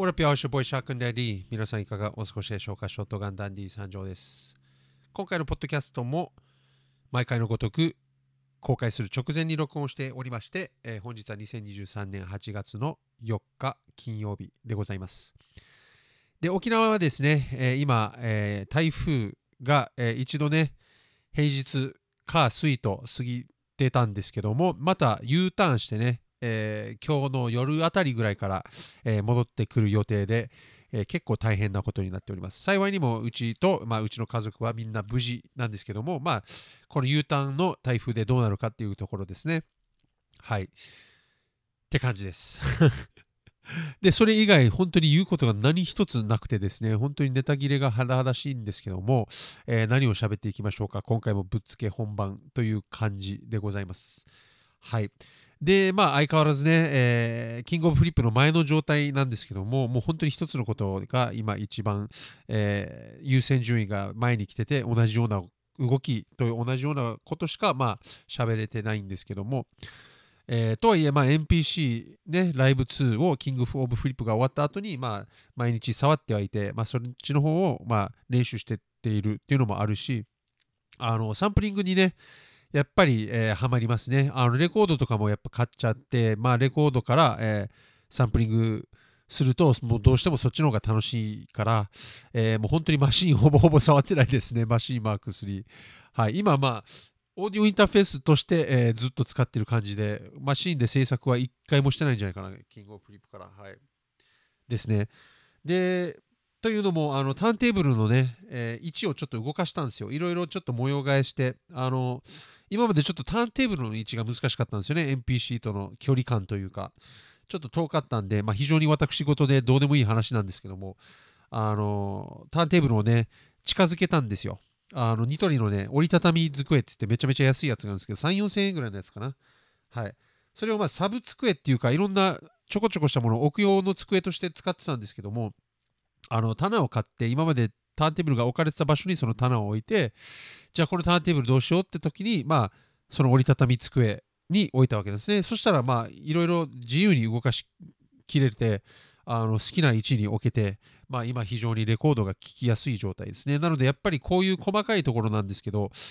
オラピアオシュボイシャークンダディ。皆さんいかがお過ごしでしょうか。ショートガンダンディ参上です。今回のポッドキャストも毎回のごとく公開する直前に録音しておりまして、本日は2023年8月の4日金曜日でございます。で、沖縄はですね、今、台風が、一度ね、平日火水と過ぎてたんですけども、また U ターンしてね、今日の夜あたりぐらいから、戻ってくる予定で、結構大変なことになっております。幸いにもうちと、うちの家族はみんな無事なんですけども、この U ターンの台風でどうなるかっていうところですね。はい。って感じです。で、それ以外、本当に言うことが何一つなくてですね、本当にネタ切れが甚だしいんですけども、何を喋っていきましょうか。今回もぶっつけ本番という感じでございます。はい。で、相変わらずね、キングオブフリップの前の状態なんですけども、もう本当に一つのことが今一番、優先順位が前に来てて、同じような動きと同じようなことしか、喋れてないんですけども、とはいえ、NPC、ね、ライブ2をキングオブフリップが終わった後に、毎日触ってはいて、そっちの方を、練習してっているっていうのもあるし、サンプリングにね、やっぱり、ハマりますね。レコードとかもやっぱ買っちゃって、レコードから、サンプリングすると、もうどうしてもそっちの方が楽しいから、もう本当にマシンほぼほぼ触ってないですね。マシンマーク3。はい。今、オーディオインターフェースとして、ずっと使ってる感じで、マシンで制作は1回もしてないんじゃないかな。キングオブフリップから。はい。ですね。で、というのも、ターンテーブルのね、位置をちょっと動かしたんですよ。いろいろちょっと模様替えして、今までちょっとターンテーブルの位置が難しかったんですよね。NPC との距離感というか、ちょっと遠かったんで、非常に私事でどうでもいい話なんですけども、ターンテーブルをね、近づけたんですよ。ニトリのね、折りたたみ机って言ってめちゃめちゃ安いやつがあるんですけど、3、4千円ぐらいのやつかな。はい。それをサブ机っていうか、いろんなちょこちょこしたものを置く用の机として使ってたんですけども、棚を買って、今までターンテーブルが置かれてた場所にその棚を置いて、じゃあこのターンテーブルどうしようって時に、その折りたたみ机に置いたわけですね。そしたら、いろいろ自由に動かしきれて、好きな位置に置けて、今非常にレコードが聴きやすい状態ですね。なので、やっぱりこういう細かいところなんですけど、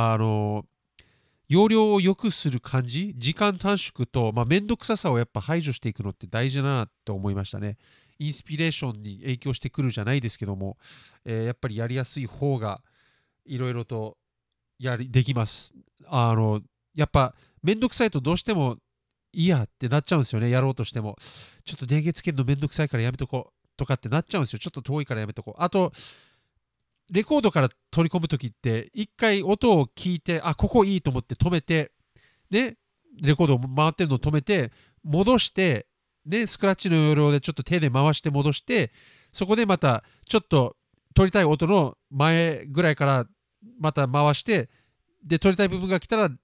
容量を良くする感じ、時間短縮と、めんどくささをやっぱ排除していくのって大事だなと思いましたね。インスピレーションに影響してくるじゃないですけども、やっぱりやりやすい方がいろいろとできます。やっぱめんどくさいとどうしてもいいやってなっちゃうんですよね、やろうとしても。ちょっと電源つけるのめんどくさいからやめとこうとかってなっちゃうんですよ。ちょっと遠いからやめとこう。あと、レコードから取り込むときって、一回音を聞いて、あ、ここいいと思って止めて、ね、レコードを回ってるのを止めて、戻して、ね、スクラッチの要領でちょっと手で回して戻して、そこでまたちょっと取りたい音の前ぐらいからまた回して、で、取りたい部分が来たら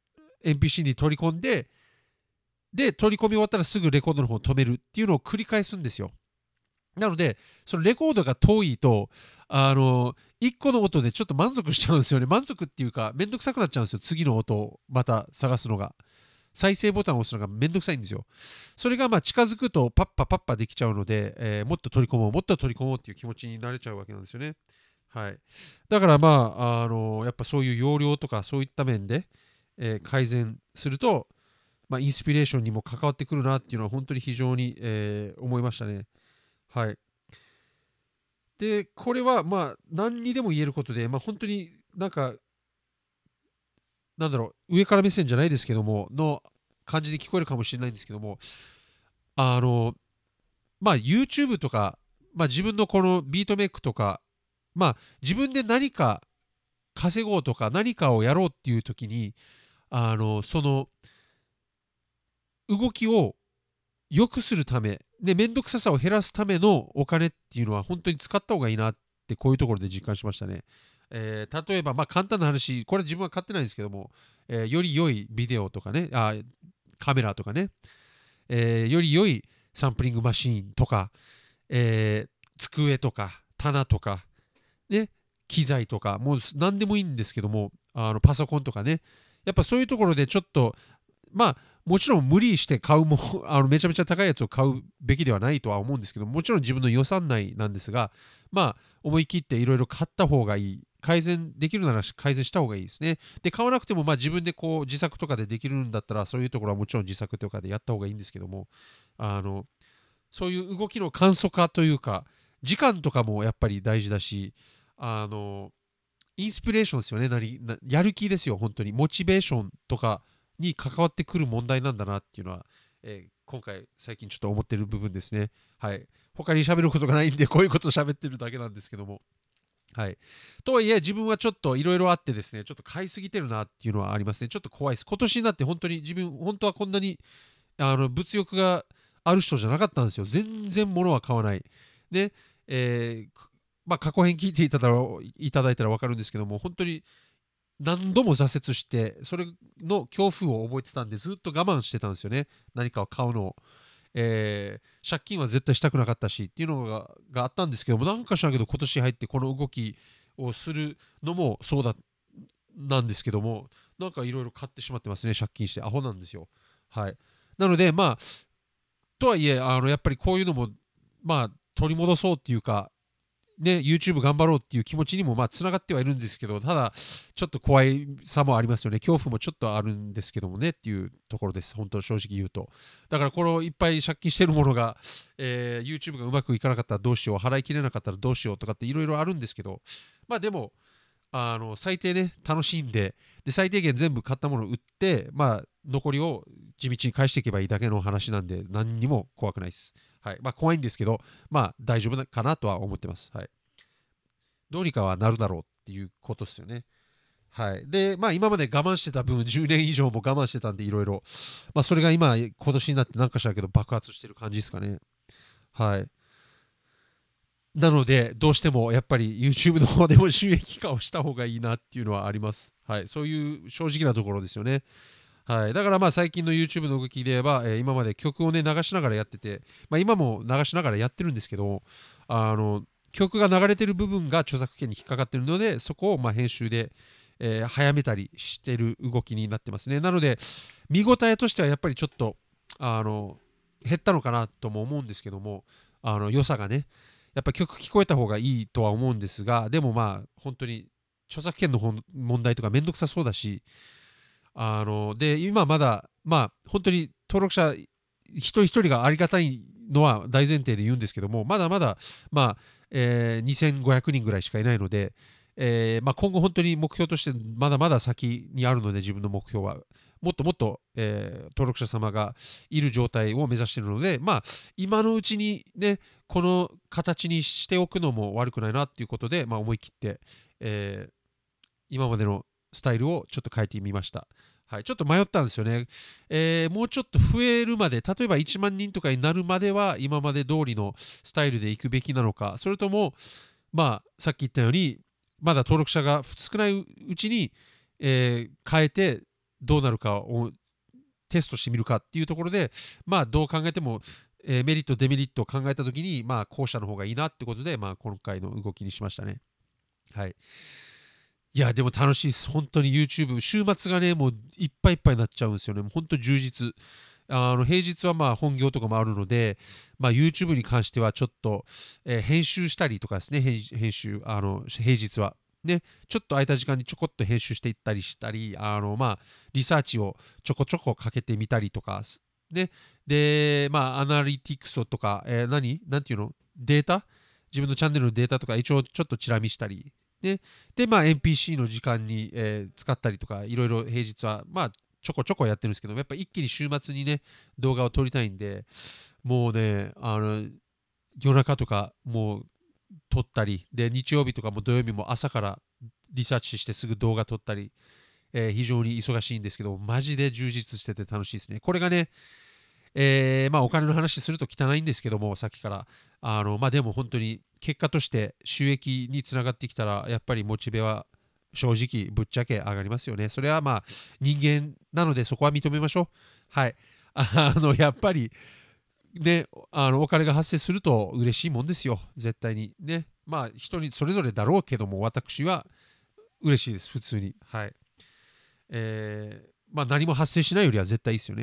NPC に取り込んで、で、取り込み終わったらすぐレコードの方を止めるっていうのを繰り返すんですよ。なので、そのレコードが遠いと、1個の音でちょっと満足しちゃうんですよね。満足っていうか、めんどくさくなっちゃうんですよ。次の音をまた探すのが。再生ボタンを押すのがめんどくさいんですよ。それが近づくとパッパパッパできちゃうので、もっと取り込もう、もっと取り込もうっていう気持ちになれちゃうわけなんですよね。はい。だからやっぱそういう容量とかそういった面で、改善すると、インスピレーションにも関わってくるなっていうのは本当に非常に、思いましたね。はい。で、これは何にでも言えることで、本当になんか、なんだろ上から目線じゃないですけども、の感じに聞こえるかもしれないんですけども、あの、YouTube とか、自分のこのビートメイクとか、自分で何か稼ごうとか、何かをやろうっていう時に、その動きを良くするため、で、めんどくささを減らすためのお金っていうのは本当に使った方がいいなってこういうところで実感しましたね。例えば、簡単な話、これ自分は買ってないんですけども、より良いビデオとかね、カメラとかね、より良いサンプリングマシーンとか、机とか棚とか、ね、機材とか、もう何でもいいんですけども、パソコンとかね、やっぱそういうところでちょっと、 もちろん無理して買うもめちゃめちゃ高いやつを買うべきではないとは思うんですけど、もちろん自分の予算内なんですが、まあ思い切っていろいろ買った方がいい。改善できるなら改善した方がいいですね。で、買わなくてもまあ自分でこう自作とかでできるんだったら、そういうところはもちろん自作とかでやった方がいいんですけども、あのそういう動きの簡素化というか、時間とかもやっぱり大事だし、あのインスピレーションですよね。やる気ですよ、本当に。モチベーションとかに関わってくる問題なんだなっていうのは、今回、最近ちょっと思ってる部分ですね。はい。他に喋ることがないんで、こういうこと喋ってるだけなんですけども。はい。とはいえ、自分はちょっといろいろあってですね、ちょっと買いすぎてるなっていうのはありますね。ちょっと怖いです。今年になって本当に自分、本当はこんなに物欲がある人じゃなかったんですよ。全然物は買わない。で、まあ、過去編聞いていただいたら分かるんですけども、本当に何度も挫折して、それの恐怖を覚えてたんで、ずっと我慢してたんですよね。何かを買うのを。借金は絶対したくなかったしっていうのがあったんですけども、なんか知らんけど、今年入ってこの動きをするのもそうなんですけども、なんかいろいろ買ってしまってますね、借金して。アホなんですよ。はい。なので、まあ、とはいえ、やっぱりこういうのも、まあ、取り戻そうっていうか、ね、YouTube 頑張ろうっていう気持ちにもまあつながってはいるんですけど、ただ、ちょっと怖いさもありますよね。恐怖もちょっとあるんですけどもねっていうところです。本当、正直言うと。だから、このいっぱい借金してるものが、YouTube がうまくいかなかったらどうしよう、払いきれなかったらどうしようとかっていろいろあるんですけど、まあでも、最低ね、楽しんで、で、最低限全部買ったものを売って、まあ、残りを地道に返していけばいいだけの話なんで、何にも怖くないです。はい。まあ、怖いんですけど、まあ、大丈夫かなとは思ってます。はい。どうにかはなるだろうっていうことですよね。はい。で、まあ、今まで我慢してた分、10年以上も我慢してたんで、いろいろ。まあ、それが今、今年になってなんかしらんけど、爆発してる感じですかね。はい。なので、どうしてもやっぱり YouTube の方でも収益化をした方がいいなっていうのはあります。はい。そういう正直なところですよね。はい。だからまあ最近の YouTube の動きで言えば、今まで曲をね、流しながらやってて、まあ今も流しながらやってるんですけど、あの、曲が流れてる部分が著作権に引っかかってるので、そこをまあ編集で、早めたりしてる動きになってますね。なので、見応えとしてはやっぱりちょっと、あの、減ったのかなとも思うんですけども、良さがね、やっぱ曲聞こえた方がいいとは思うんですが、でもまあ、本当に著作権の問題とかめんどくさそうだし、で、今まだ、まあ、本当に登録者一人一人がありがたいのは大前提で言うんですけども、まだまだ、まあ、2500人ぐらいしかいないので、まあ、今後本当に目標としてまだまだ先にあるので、自分の目標は。もっともっと、登録者様がいる状態を目指しているので、まあ、今のうちにね、この形にしておくのも悪くないなっていうことで、まあ、思い切って、今までのスタイルをちょっと変えてみました。はい、ちょっと迷ったんですよね。もうちょっと増えるまで、例えば1万人とかになるまでは、今まで通りのスタイルで行くべきなのか、それとも、まあ、さっき言ったように、まだ登録者が少ないうちに、変えてどうなるかをテストしてみるかっていうところで、まあ、どう考えても、メリット、デメリットを考えたときに、まあ、後者の方がいいなってことで、まあ、今回の動きにしましたね。はい。いや、でも楽しいです。本当に YouTube。週末がね、もういっぱいいっぱいになっちゃうんですよね。もう本当充実。平日はまあ本業とかもあるので、まあ、YouTube に関してはちょっと、編集したりとかですね、編集、平日は。ね、ちょっと空いた時間にちょこっと編集していったりしたり、まあ、リサーチをちょこちょこかけてみたりとか、ね、で、まあ、アナリティクスとか、なんていうのデータ自分のチャンネルのデータとか一応ちょっとチラ見したり、で、まあ、NPC の時間に、使ったりとか、いろいろ平日は、まあ、ちょこちょこやってるんですけど、やっぱ一気に週末にね、動画を撮りたいんで、もうね、夜中とかもう撮ったり、で、日曜日とかも土曜日も朝からリサーチしてすぐ動画撮ったり、非常に忙しいんですけど、マジで充実してて楽しいですね。これがね、まあ、お金の話すると汚いんですけども、さっきから。まあ、でも本当に結果として収益につながってきたら、やっぱりモチベは正直ぶっちゃけ上がりますよね。それはまあ人間なのでそこは認めましょう。はい。やっぱりね、お金が発生すると嬉しいもんですよ。絶対に。ね。まあ人にそれぞれだろうけども、私は嬉しいです。普通に。はい。まあ何も発生しないよりは絶対いいですよね。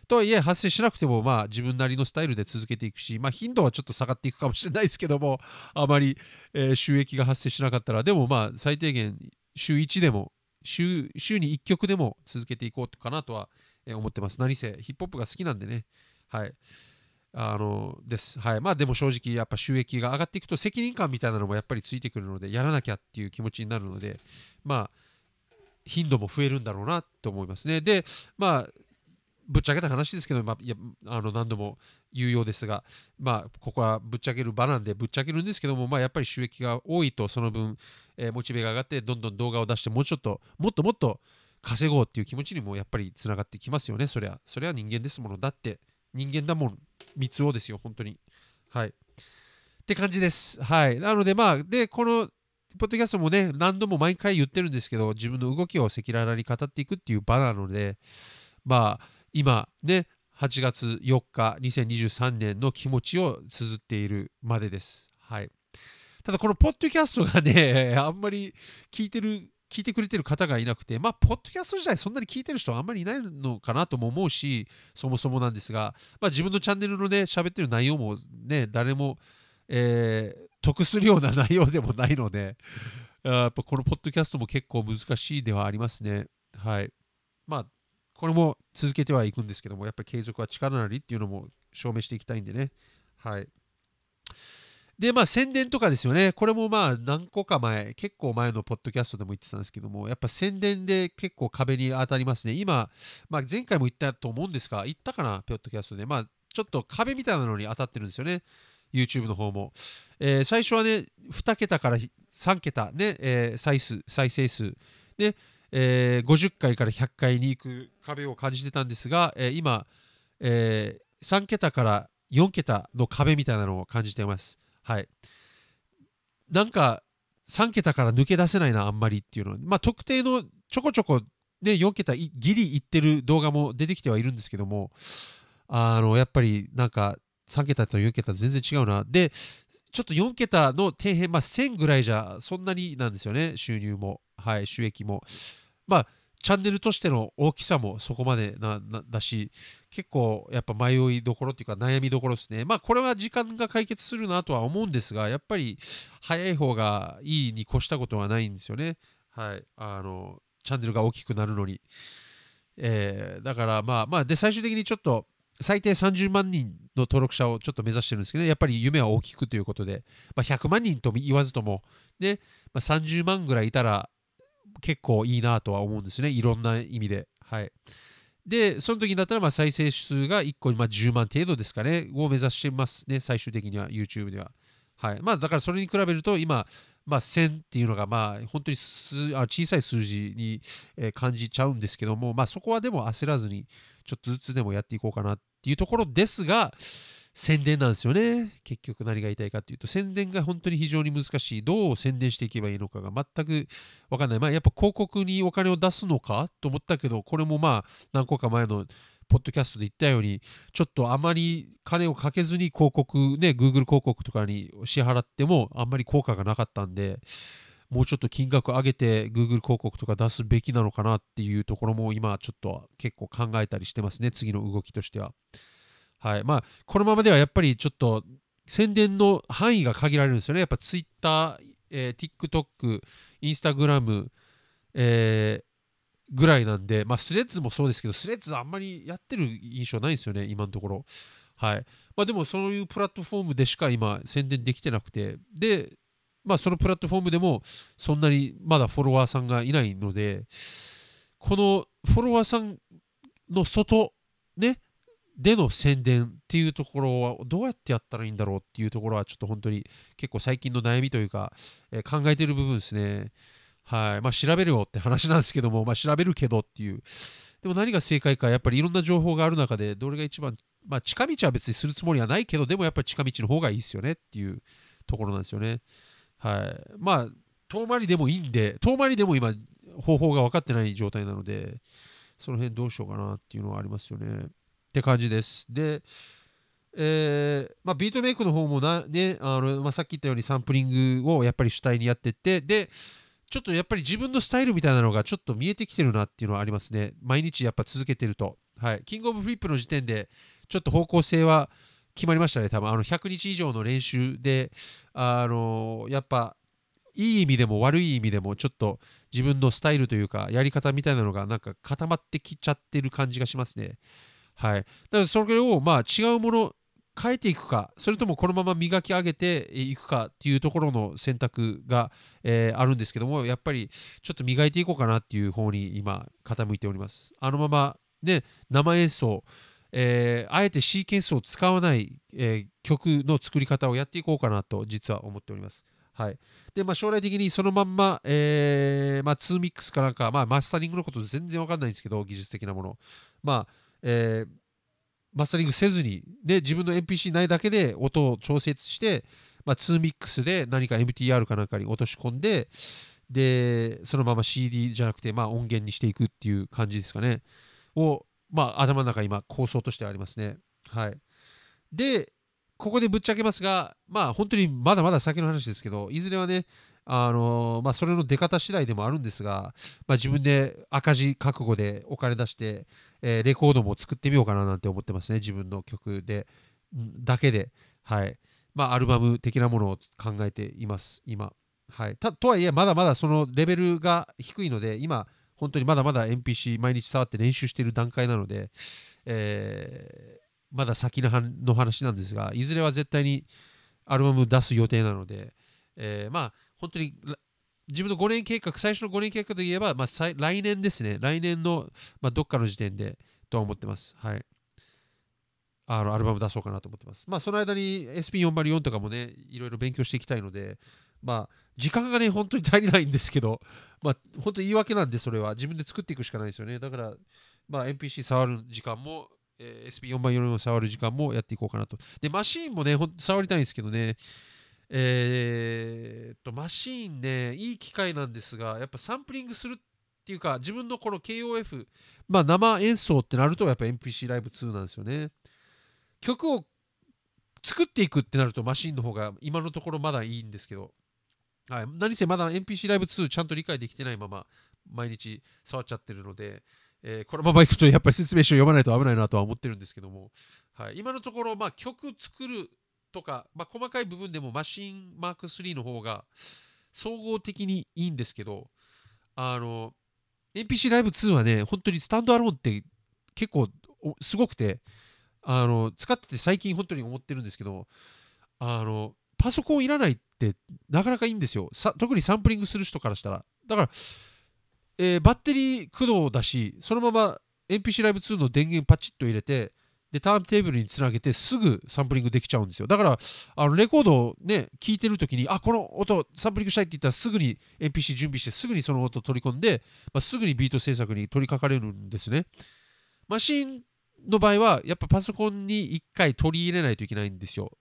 とはいえ発生しなくてもまあ自分なりのスタイルで続けていくし、まあ、頻度はちょっと下がっていくかもしれないですけども、あまり、収益が発生しなかったら、でもまあ最低限週1でも週に1曲でも続けていこうかなとは思ってます。何せヒップホップが好きなんでね。はい。です。はい。まあでも正直やっぱ収益が上がっていくと責任感みたいなのもやっぱりついてくるので、やらなきゃっていう気持ちになるので、まあ頻度も増えるんだろうなと思いますね。で、まあぶっちゃけた話ですけど、まあ、いや何度も言うようですが、まあ、ここはぶっちゃける場なんでぶっちゃけるんですけども、まあ、やっぱり収益が多いとその分、モチベが上がってどんどん動画を出してもうちょっともっともっと稼ごうっていう気持ちにもやっぱりつながってきますよね。そりゃ人間ですもの。だって人間だもん。三つ男ですよ、本当に。はい。って感じです。はい。なのでまあ、で、このポッドキャストもね、何度も毎回言ってるんですけど、自分の動きを赤裸々に語っていくっていう場なので、まあ、今ね、8月4日、2023年の気持ちを綴っているまでです。はい。ただ、このポッドキャストがね、あんまり聞いてくれてる方がいなくて、まあ、ポッドキャスト自体そんなに聞いてる人はあんまりいないのかなとも思うし、そもそもなんですが、まあ、自分のチャンネルのね、喋ってる内容もね、誰も、得するような内容でもないので、やっぱこのポッドキャストも結構難しいではありますね。はい。まあ、これも続けてはいくんですけども、やっぱり継続は力なりっていうのも証明していきたいんでね。はい。で、まあ、宣伝とかですよね。これもまあ、何個か前、結構前のポッドキャストでも言ってたんですけども、やっぱ宣伝で結構壁に当たりますね。今、まあ、前回も言ったと思うんですが、言ったかな、ポッドキャストで。まあ、ちょっと壁みたいなのに当たってるんですよね。YouTube の方も。最初はね、2桁から3桁ね、再生数。で、50回から100回に行く壁を感じてたんですが、今、3桁から4桁の壁みたいなのを感じています。はい。なんか、3桁から抜け出せないな、あんまりっていうのは。まあ、特定のちょこちょこ、ね、4桁ギリいってる動画も出てきてはいるんですけども、やっぱりなんか、3桁と4桁全然違うな。で、ちょっと4桁の底辺、まあ、1000ぐらいじゃそんなになんですよね、収入も、はい、収益も。まあ、チャンネルとしての大きさもそこまでだし、結構やっぱ迷いどころっていうか悩みどころですね。まあこれは時間が解決するなとは思うんですが、やっぱり早い方がいいに越したことはないんですよね。はい。チャンネルが大きくなるのに。だからまあ、で、最終的にちょっと最低30万人の登録者をちょっと目指してるんですけど、やっぱり夢は大きくということで、まあ、100万人と言わずとも、ね、まあ、30万ぐらいいたら、結構いいなとは思うんですね。いろんな意味で。はい。で、その時になったら、まあ、再生数が1個にまあ10万程度ですかね、を目指してますね、最終的には、YouTube では。はい。まあ、だからそれに比べると、今、まあ、1000っていうのが、まあ、本当に小さい数字に、感じちゃうんですけども、まあ、そこはでも焦らずに、ちょっとずつでもやっていこうかなっていうところですが、宣伝なんですよね。結局何が言いたいかっていうと、宣伝が本当に非常に難しい。どう宣伝していけばいいのかが全くわかんない。まあ、やっぱ広告にお金を出すのかと思ったけど、これもまあ、何個か前のポッドキャストで言ったように、ちょっとあまり金をかけずに広告、ね、Google 広告とかに支払ってもあんまり効果がなかったんで、もうちょっと金額上げて Google 広告とか出すべきなのかなっていうところも今ちょっと結構考えたりしてますね。次の動きとしては。はい。まあ、このままではやっぱりちょっと宣伝の範囲が限られるんですよね。やっぱ Twitter、TikTok、Instagram、ぐらいなんで、まあ、スレッズもそうですけど、スレッズあんまりやってる印象ないんですよね、今のところ。はい。まあ、でも、そういうプラットフォームでしか今、宣伝できてなくて、で、まあ、そのプラットフォームでも、そんなにまだフォロワーさんがいないので、このフォロワーさんの外、ね、での宣伝っていうところはどうやってやったらいいんだろうっていうところはちょっと本当に結構最近の悩みというか、考えている部分ですね。はい。まあ調べるよって話なんですけども、まあ調べるけどっていう。でも何が正解か、やっぱりいろんな情報がある中で、どれが一番、まあ近道は別にするつもりはないけど、でもやっぱり近道の方がいいですよねっていうところなんですよね。はい。まあ、遠回りでもいいんで、遠回りでも今、方法が分かってない状態なので、その辺どうしようかなっていうのはありますよね。って感じです。で、まあ、ビートメイクの方もね、まあ、さっき言ったようにサンプリングをやっぱり主体にやってって、で、ちょっとやっぱり自分のスタイルみたいなのがちょっと見えてきてるなっていうのはありますね。毎日やっぱ続けてると。 はい。キングオブフリップの時点で、ちょっと方向性は決まりましたね。多分、100日以上の練習で、やっぱ、いい意味でも悪い意味でも、ちょっと自分のスタイルというか、やり方みたいなのが、なんか固まってきちゃってる感じがしますね。はい。なので、それを、まあ、違うもの、変えていくか、それともこのまま磨き上げていくかっていうところの選択が、あるんですけども、やっぱりちょっと磨いていこうかなっていう方に今、傾いております。あのまま、ね、生演奏、あえてシーケンスを使わない、曲の作り方をやっていこうかなと、実は思っております。はい。で、まあ、将来的にそのまんま、まあ、2ミックスかなんか、まあ、マスタリングのこと全然わかんないんですけど、技術的なもの。まあ、マスタリングせずに、で、自分の MPC ないだけで音を調節して、まあ、2ミックスで何か MTR かなんかに落とし込んで、で、そのまま CD じゃなくて、まあ、音源にしていくっていう感じですかね。を、まあ、頭の中今、構想としてありますね。はい。で、ここでぶっちゃけますが、まあ、本当にまだまだ先の話ですけど、いずれはね、まあ、それの出方次第でもあるんですが、まあ、自分で赤字覚悟でお金出して、レコードも作ってみようかななんて思ってますね、自分の曲で、だけで、はい。まあ、アルバム的なものを考えています、今。はい。とはいえ、まだまだそのレベルが低いので、今、本当にまだまだ NPC 毎日触って練習している段階なので、まだ先の話なんですが、いずれは絶対にアルバム出す予定なので、まあ、本当に自分の5年計画、最初の5年計画で言えば、まあ、来年ですね、来年の、まあ、どっかの時点でとは思ってます。はい。アルバム出そうかなと思ってます。まあ、その間に SP404 とかもね、いろいろ勉強していきたいので、まあ、時間がね、本当に足りないんですけど、まあ、本当に言い訳なんで、それは自分で作っていくしかないですよね。だから、まあ、NPC 触る時間も、SP404 を触る時間もやっていこうかなと。で、マシーンもね、触りたいんですけどね、マシーンね、いい機会なんですが、やっぱサンプリングするっていうか、自分のこの KOF、まあ、生演奏ってなると、やっぱ NPC ライブ2なんですよね。曲を作っていくってなるとマシンの方が今のところまだいいんですけど、はい、何せまだ NPC ライブ2ちゃんと理解できてないまま毎日触っちゃってるので、このままいくとやっぱり説明書を読まないと危ないなとは思ってるんですけども、はい、今のところまあ曲作るとか、まあ、細かい部分でもマシンマーク3の方が総合的にいいんですけど、NPC ライブ2はね、本当にスタンドアローンって結構すごくて、使ってて最近本当に思ってるんですけど、パソコンいらないってなかなかいいんですよ。特にサンプリングする人からしたら。だから、バッテリー駆動だし、そのまま NPC ライブ2の電源パチッと入れて、で、ターンテーブルにつなげてすぐサンプリングできちゃうんですよ。だから、レコードをね、聴いてるときに、あ、この音サンプリングしたいって言ったらすぐに NPC 準備して、すぐにその音を取り込んで、まあ、すぐにビート制作に取り掛かれるんですね。マシンの場合は、やっぱパソコンに1回取り入れないといけないんですよ。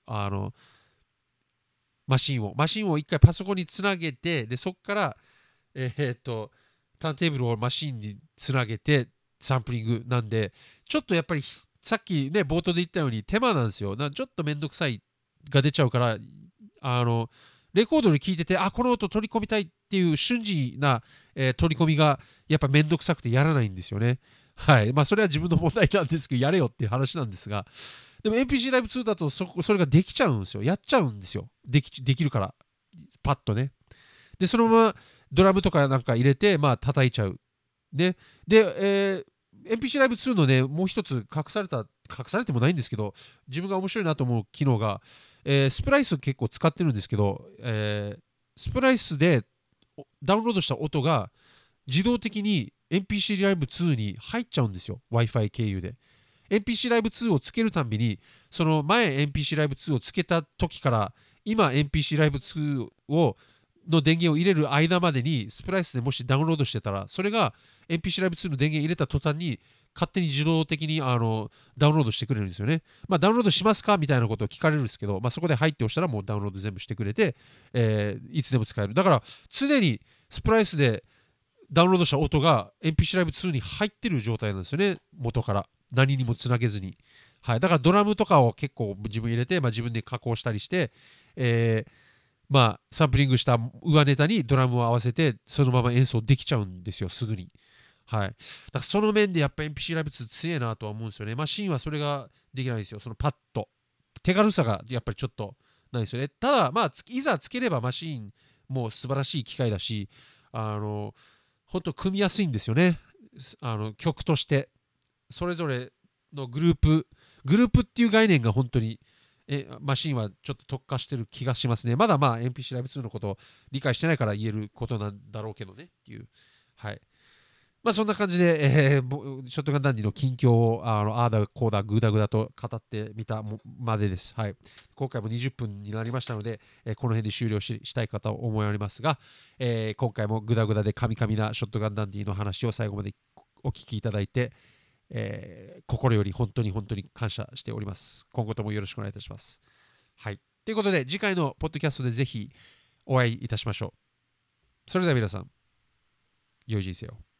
マシンを1回パソコンにつなげて、で、そこから、ターンテーブルをマシンにつなげて、サンプリングなんで、ちょっとやっぱりさっきね、冒頭で言ったように手間なんですよ。ちょっとめんどくさいが出ちゃうから、レコードに聞いてて、あ、この音取り込みたいっていう瞬時な、取り込みがやっぱめんどくさくてやらないんですよね。はい。まあ、それは自分の問題なんですけど、やれよっていう話なんですが、でも NPC ライブ2だとそれができちゃうんですよ。やっちゃうんですよ。できるから。パッとね。で、そのままドラムとかなんか入れて、まあ、叩いちゃう。ね。で、NPC ライブ2のね、もう一つ隠されてもないんですけど、自分が面白いなと思う機能が、スプライス結構使ってるんですけど、スプライスでダウンロードした音が自動的に NPC ライブ2に入っちゃうんですよ。Wi-Fi 経由で。NPC ライブ2をつけるたんびに、その前 NPC ライブ2をつけた時から、今 NPC ライブ2の電源を入れる間までに、スプライスでもしダウンロードしてたら、それが NPC ライブ2の電源入れた途端に、勝手に自動的にダウンロードしてくれるんですよね。まあ、ダウンロードしますかみたいなことを聞かれるんですけど、まあ、そこで入って押したらもうダウンロード全部してくれて、いつでも使える。だから、常にスプライスでダウンロードした音が NPC ライブ2に入ってる状態なんですよね、元から。何にもつなげずに。はい。だからドラムとかを結構自分入れて、まあ、自分で加工したりして、まあ、サンプリングした上ネタにドラムを合わせて、そのまま演奏できちゃうんですよ、すぐに。 はい。だからその面でやっぱ NPC ライブ2強いなとは思うんですよね。マシンはそれができないんですよ。そのパッと。手軽さがやっぱりちょっとないですよね。ただ、まあ、いざつければマシンも素晴らしい機械だし、本当組みやすいんですよね。曲として。それぞれのグループっていう概念が本当にマシンはちょっと特化してる気がしますね。まだまあ NPC ライブ2のことを理解してないから言えることなんだろうけどねっていう。はい。まあそんな感じで、ショットガンダンディの近況をあーだこうだグーダグダと語ってみたまでです。はい。今回も20分になりましたので、この辺で終了したいかと思いますが、今回もグダグダでカミカミなショットガンダンディの話を最後までお聞きいただいて、心より本当に本当に感謝しております。今後ともよろしくお願いいたします。はい。ということで、次回のポッドキャストでぜひお会いいたしましょう。それでは皆さん、良い人生を。